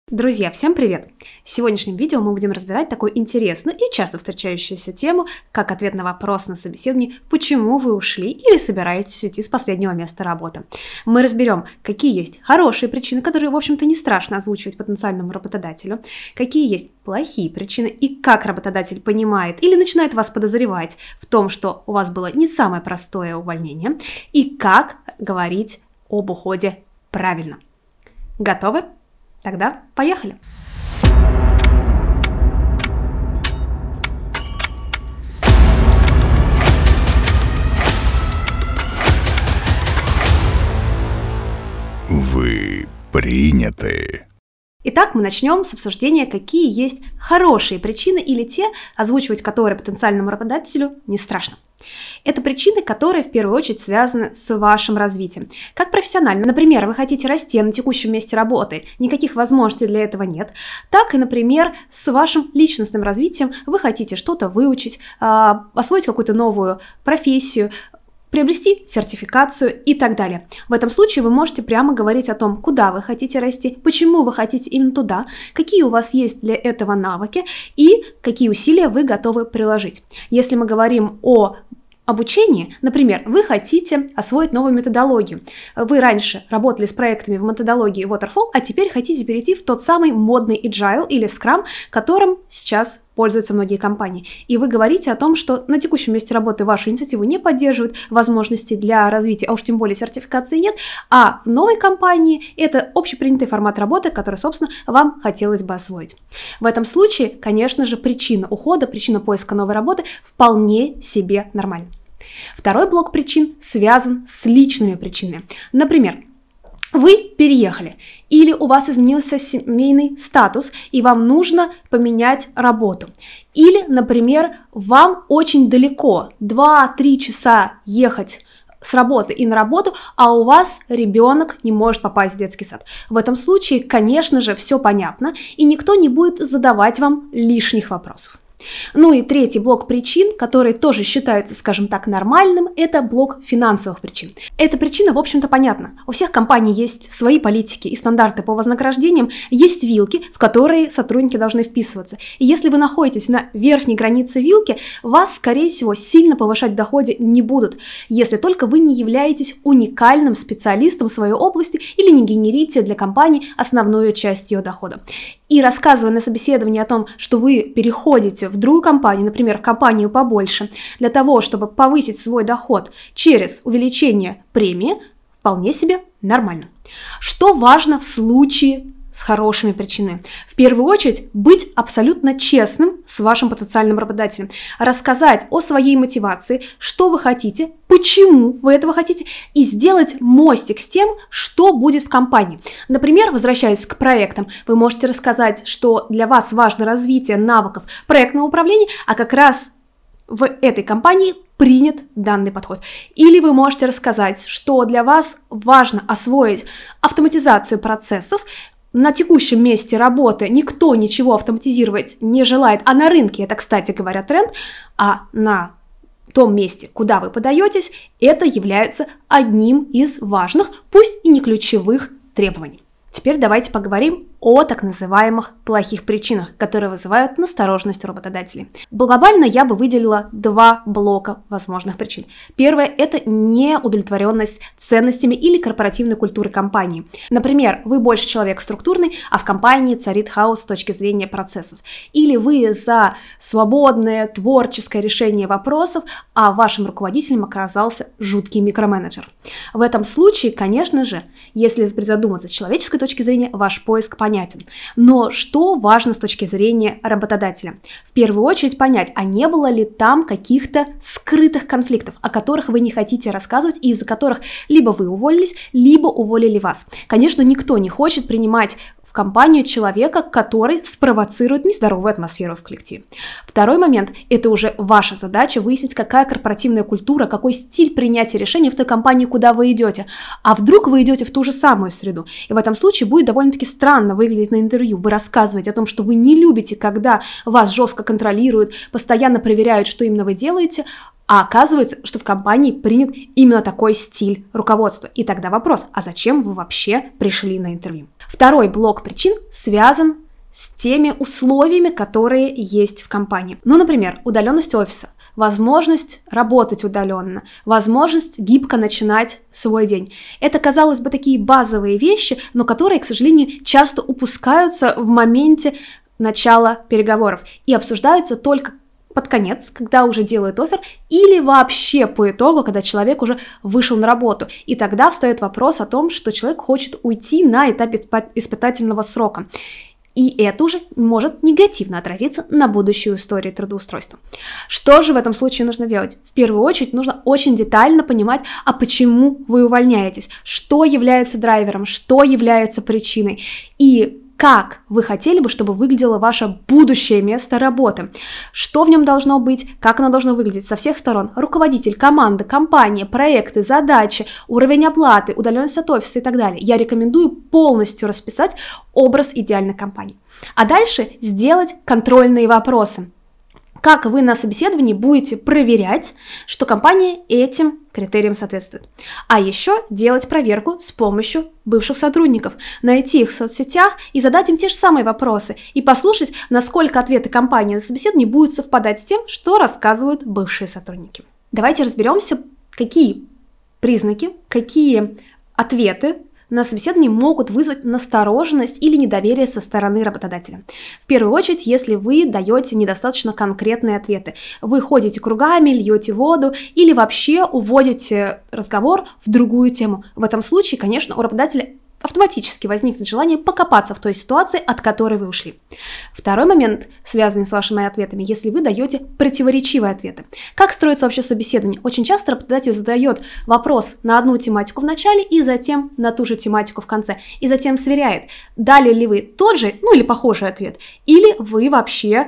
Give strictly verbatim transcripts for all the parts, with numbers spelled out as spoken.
Друзья, всем привет! В сегодняшнем видео мы будем разбирать такую интересную и часто встречающуюся тему, как ответ на вопрос на собеседовании «Почему вы ушли или собираетесь уйти с последнего места работы?». Мы разберем, какие есть хорошие причины, которые, в общем-то, не страшно озвучивать потенциальному работодателю, какие есть плохие причины и как работодатель понимает или начинает вас подозревать в том, что у вас было не самое простое увольнение, и как говорить об уходе правильно. Готовы? Тогда поехали! Вы приняты. Итак, мы начнем с обсуждения, какие есть хорошие причины или те, озвучивать которые потенциальному работодателю не страшно. Это причины, которые в первую очередь связаны с вашим развитием. Как профессионально, например, вы хотите расти на текущем месте работы, никаких возможностей для этого нет, так и, например, с вашим личностным развитием вы хотите что-то выучить, освоить какую-то новую профессию, приобрести сертификацию и так далее. В этом случае вы можете прямо говорить о том, куда вы хотите расти, почему вы хотите именно туда, какие у вас есть для этого навыки и какие усилия вы готовы приложить. Если мы говорим о обучении, например, вы хотите освоить новую методологию. Вы раньше работали с проектами в методологии Waterfall, а теперь хотите перейти в тот самый модный Agile или Scrum, которым сейчас пользуются многие компании. И вы говорите о том, что на текущем месте работы вашу инициативу не поддерживают, возможностей для развития, а уж тем более сертификации нет, а в новой компании это общепринятый формат работы, который, собственно, вам хотелось бы освоить. В этом случае, конечно же, причина ухода, причина поиска новой работы вполне себе нормальна. Второй блок причин связан с личными причинами. Например, вы переехали, или у вас изменился семейный статус, и вам нужно поменять работу. Или, например, вам очень далеко, два-три часа ехать с работы и на работу, а у вас ребенок не может попасть в детский сад. В этом случае, конечно же, все понятно, и никто не будет задавать вам лишних вопросов. Ну и третий блок причин, который тоже считается, скажем так, нормальным, это блок финансовых причин. Эта причина, в общем-то, понятна. У всех компаний есть свои политики и стандарты по вознаграждениям, есть вилки, в которые сотрудники должны вписываться. И если вы находитесь на верхней границе вилки, вас, скорее всего, сильно повышать в доходе не будут, если только вы не являетесь уникальным специалистом в своей области или не генерите для компании основную часть ее дохода. И рассказывая на собеседовании о том, что вы переходите в другую компанию, например, в компанию побольше, для того, чтобы повысить свой доход через увеличение премии, вполне себе нормально. Что важно в случае с хорошими причинами? В первую очередь, быть абсолютно честным с вашим потенциальным работодателем, рассказать о своей мотивации, что вы хотите, почему вы этого хотите, и сделать мостик с тем, что будет в компании. Например, возвращаясь к проектам, вы можете рассказать, что для вас важно развитие навыков проектного управления, а как раз в этой компании принят данный подход. Или вы можете рассказать, что для вас важно освоить автоматизацию процессов. На текущем месте работы никто ничего автоматизировать не желает, а на рынке это, кстати говоря, тренд, а на том месте, куда вы подаетесь, это является одним из важных, пусть и не ключевых требований. Теперь давайте поговорим о так называемых плохих причинах, которые вызывают настороженность у работодателей. Глобально я бы выделила два блока возможных причин. Первое – это неудовлетворенность ценностями или корпоративной культурой компании. Например, вы больше человек структурный, а в компании царит хаос с точки зрения процессов. Или вы за свободное, творческое решение вопросов, а вашим руководителем оказался жуткий микроменеджер. В этом случае, конечно же, если призадуматься с человеческой точки зрения, ваш поиск понятен. Но что важно с точки зрения работодателя? В первую очередь понять, а не было ли там каких-то скрытых конфликтов, о которых вы не хотите рассказывать и из-за которых либо вы уволились, либо уволили вас. Конечно, никто не хочет принимать в компанию человека, который спровоцирует нездоровую атмосферу в коллективе. Второй момент – это уже ваша задача выяснить, какая корпоративная культура, какой стиль принятия решений в той компании, куда вы идете. А вдруг вы идете в ту же самую среду. И в этом случае будет довольно-таки странно выглядеть на интервью. Вы рассказываете о том, что вы не любите, когда вас жестко контролируют, постоянно проверяют, что именно вы делаете, А оказывается, что в компании принят именно такой стиль руководства. И тогда вопрос, а зачем вы вообще пришли на интервью? Второй блок причин связан с теми условиями, которые есть в компании. Ну, например, удаленность офиса, возможность работать удаленно, возможность гибко начинать свой день. Это, казалось бы, такие базовые вещи, но которые, к сожалению, часто упускаются в моменте начала переговоров и обсуждаются только под конец, когда уже делают оффер, или вообще по итогу, когда человек уже вышел на работу. И тогда встает вопрос о том, что человек хочет уйти на этапе испытательного срока. И это уже может негативно отразиться на будущей истории трудоустройства. Что же в этом случае нужно делать? В первую очередь нужно очень детально понимать, а почему вы увольняетесь, что является драйвером, что является причиной, и как вы хотели бы, чтобы выглядело ваше будущее место работы, что в нем должно быть, как оно должно выглядеть со всех сторон, руководитель, команда, компания, проекты, задачи, уровень оплаты, удаленность от офиса и так далее. Я рекомендую полностью расписать образ идеальной компании. А дальше сделать контрольные вопросы. Как вы на собеседовании будете проверять, что компания этим критериям соответствует. А еще делать проверку с помощью бывших сотрудников, найти их в соцсетях и задать им те же самые вопросы и послушать, насколько ответы компании на собеседовании будут совпадать с тем, что рассказывают бывшие сотрудники. Давайте разберемся, какие признаки, какие ответы на собеседовании могут вызвать настороженность или недоверие со стороны работодателя. В первую очередь, если вы даете недостаточно конкретные ответы. Вы ходите кругами, льете воду или вообще уводите разговор в другую тему. В этом случае, конечно, у работодателя автоматически возникнет желание покопаться в той ситуации, от которой вы ушли. Второй момент, связанный с вашими ответами, если вы даете противоречивые ответы. Как строится вообще собеседование? Очень часто работодатель задает вопрос на одну тематику в начале и затем на ту же тематику в конце, и затем сверяет, дали ли вы тот же, ну или похожий ответ, или вы вообще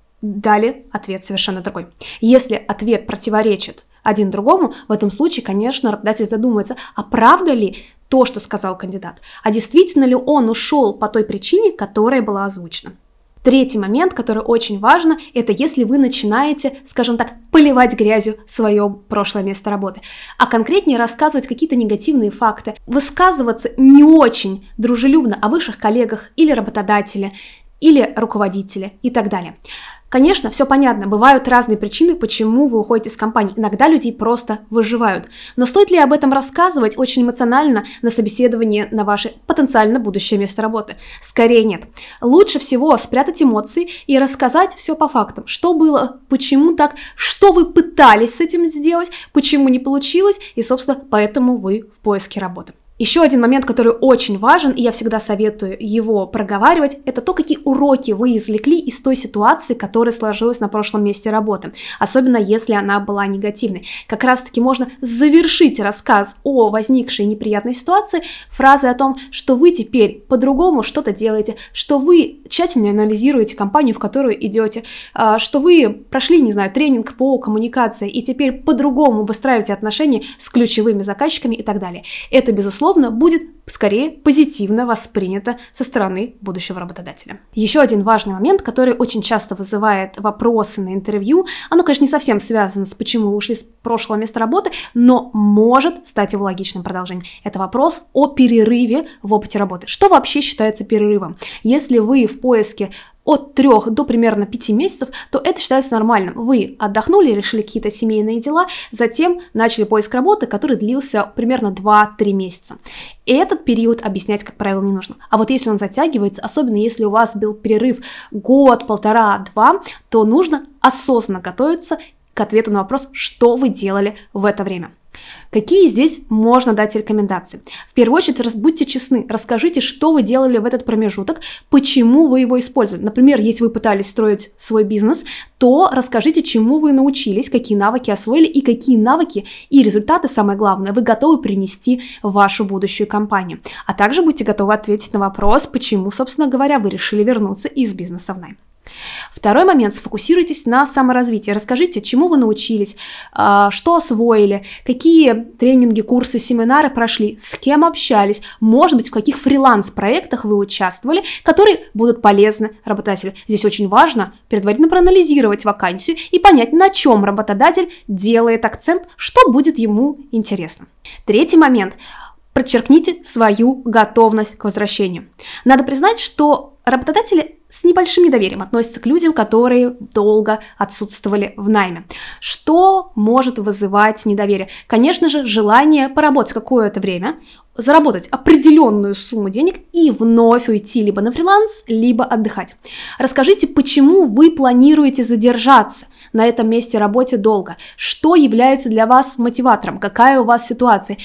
дали ответ совершенно другой. Если ответ противоречит один другому, в этом случае, конечно, работодатель задумается, а правда ли то, что сказал кандидат, а действительно ли он ушел по той причине, которая была озвучена. Третий момент, который очень важен, это если вы начинаете, скажем так, поливать грязью свое прошлое место работы, а конкретнее рассказывать какие-то негативные факты, высказываться не очень дружелюбно о бывших коллегах или работодателе, или руководителе и так далее. Конечно, все понятно, бывают разные причины, почему вы уходите с компании. Иногда людей просто выживают. Но стоит ли об этом рассказывать очень эмоционально на собеседовании на ваше потенциально будущее место работы? Скорее нет. Лучше всего спрятать эмоции и рассказать все по фактам. Что было, почему так, что вы пытались с этим сделать, почему не получилось, и, собственно, поэтому вы в поиске работы. Еще один момент, который очень важен, и я всегда советую его проговаривать, это то, какие уроки вы извлекли из той ситуации, которая сложилась на прошлом месте работы, особенно если она была негативной. Как раз-таки можно завершить рассказ о возникшей неприятной ситуации фразой о том, что вы теперь по-другому что-то делаете, что вы тщательно анализируете компанию, в которую идете, что вы прошли, не знаю, тренинг по коммуникации и теперь по-другому выстраиваете отношения с ключевыми заказчиками и так далее. Это, безусловно, будет скорее позитивно воспринято со стороны будущего работодателя. Еще один важный момент, который очень часто вызывает вопросы на интервью, оно, конечно, не совсем связано с почему вы ушли с прошлого места работы, но может стать его логичным продолжением. Это вопрос о перерыве в опыте работы. Что вообще считается перерывом? Если вы в поиске от трех до примерно пяти месяцев, то это считается нормальным. Вы отдохнули, решили какие-то семейные дела, затем начали поиск работы, который длился примерно два-три месяца. И этот период объяснять, как правило, не нужно. А вот если он затягивается, особенно если у вас был перерыв год, полтора, два, то нужно осознанно готовиться к ответу на вопрос, что вы делали в это время. Какие здесь можно дать рекомендации? В первую очередь, будьте честны, расскажите, что вы делали в этот промежуток, почему вы его использовали. Например, если вы пытались строить свой бизнес, то расскажите, чему вы научились, какие навыки освоили и какие навыки и результаты, самое главное, вы готовы принести в вашу будущую компанию. А также будьте готовы ответить на вопрос, почему, собственно говоря, вы решили вернуться из бизнеса в найм. Второй момент. Сфокусируйтесь на саморазвитии. Расскажите, чему вы научились, что освоили, какие тренинги, курсы, семинары прошли, с кем общались, может быть, в каких фриланс-проектах вы участвовали, которые будут полезны работодателю. Здесь очень важно предварительно проанализировать вакансию и понять, на чем работодатель делает акцент, что будет ему интересно. Третий момент. Подчеркните свою готовность к возвращению. Надо признать, что работодатели с небольшим недоверием относятся к людям, которые долго отсутствовали в найме. Что может вызывать недоверие? Конечно же, желание поработать какое-то время, заработать определенную сумму денег и вновь уйти либо на фриланс, либо отдыхать. Расскажите, почему вы планируете задержаться на этом месте работы долго, что является для вас мотиватором, какая у вас ситуация,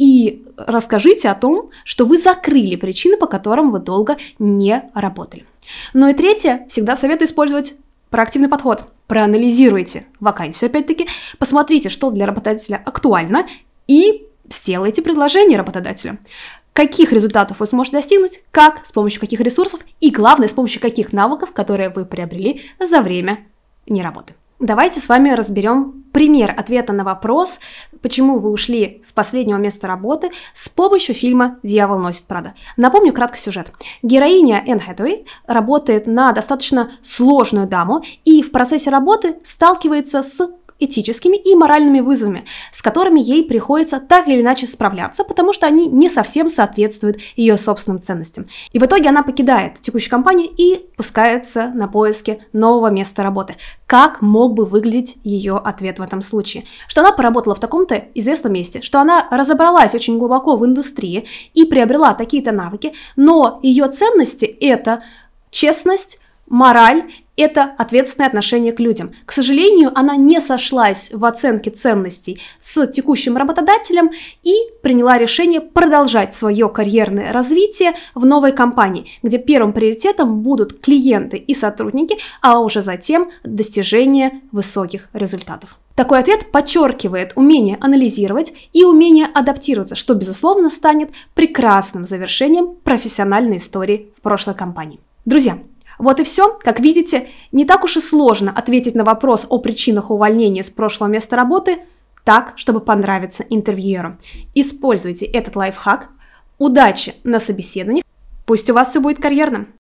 и расскажите о том, что вы закрыли причины, по которым вы долго не работали. Ну и третье, всегда советую использовать проактивный подход. Проанализируйте вакансию, опять-таки, посмотрите, что для работодателя актуально, и сделайте предложение работодателю. Каких результатов вы сможете достигнуть, как, с помощью каких ресурсов и, главное, с помощью каких навыков, которые вы приобрели за время неработы. Давайте с вами разберем пример ответа на вопрос, почему вы ушли с последнего места работы, с помощью фильма «Дьявол носит Прада». Напомню кратко сюжет. Героиня Энн Хэтэуэй работает на достаточно сложную даму и в процессе работы сталкивается с этическими и моральными вызовами, с которыми ей приходится так или иначе справляться, потому что они не совсем соответствуют ее собственным ценностям. И в итоге она покидает текущую компанию и пускается на поиски нового места работы. Как мог бы выглядеть ее ответ в этом случае? Что она поработала в таком-то известном месте, что она разобралась очень глубоко в индустрии и приобрела такие-то навыки, но ее ценности – это честность, мораль, это ответственное отношение к людям. К сожалению, она не сошлась в оценке ценностей с текущим работодателем и приняла решение продолжать свое карьерное развитие в новой компании, где первым приоритетом будут клиенты и сотрудники, а уже затем достижение высоких результатов. Такой ответ подчеркивает умение анализировать и умение адаптироваться, что, безусловно, станет прекрасным завершением профессиональной истории в прошлой компании. Друзья, вот и все. Как видите, не так уж и сложно ответить на вопрос о причинах увольнения с прошлого места работы так, чтобы понравиться интервьюеру. Используйте этот лайфхак. Удачи на собеседовании. Пусть у вас все будет карьерным.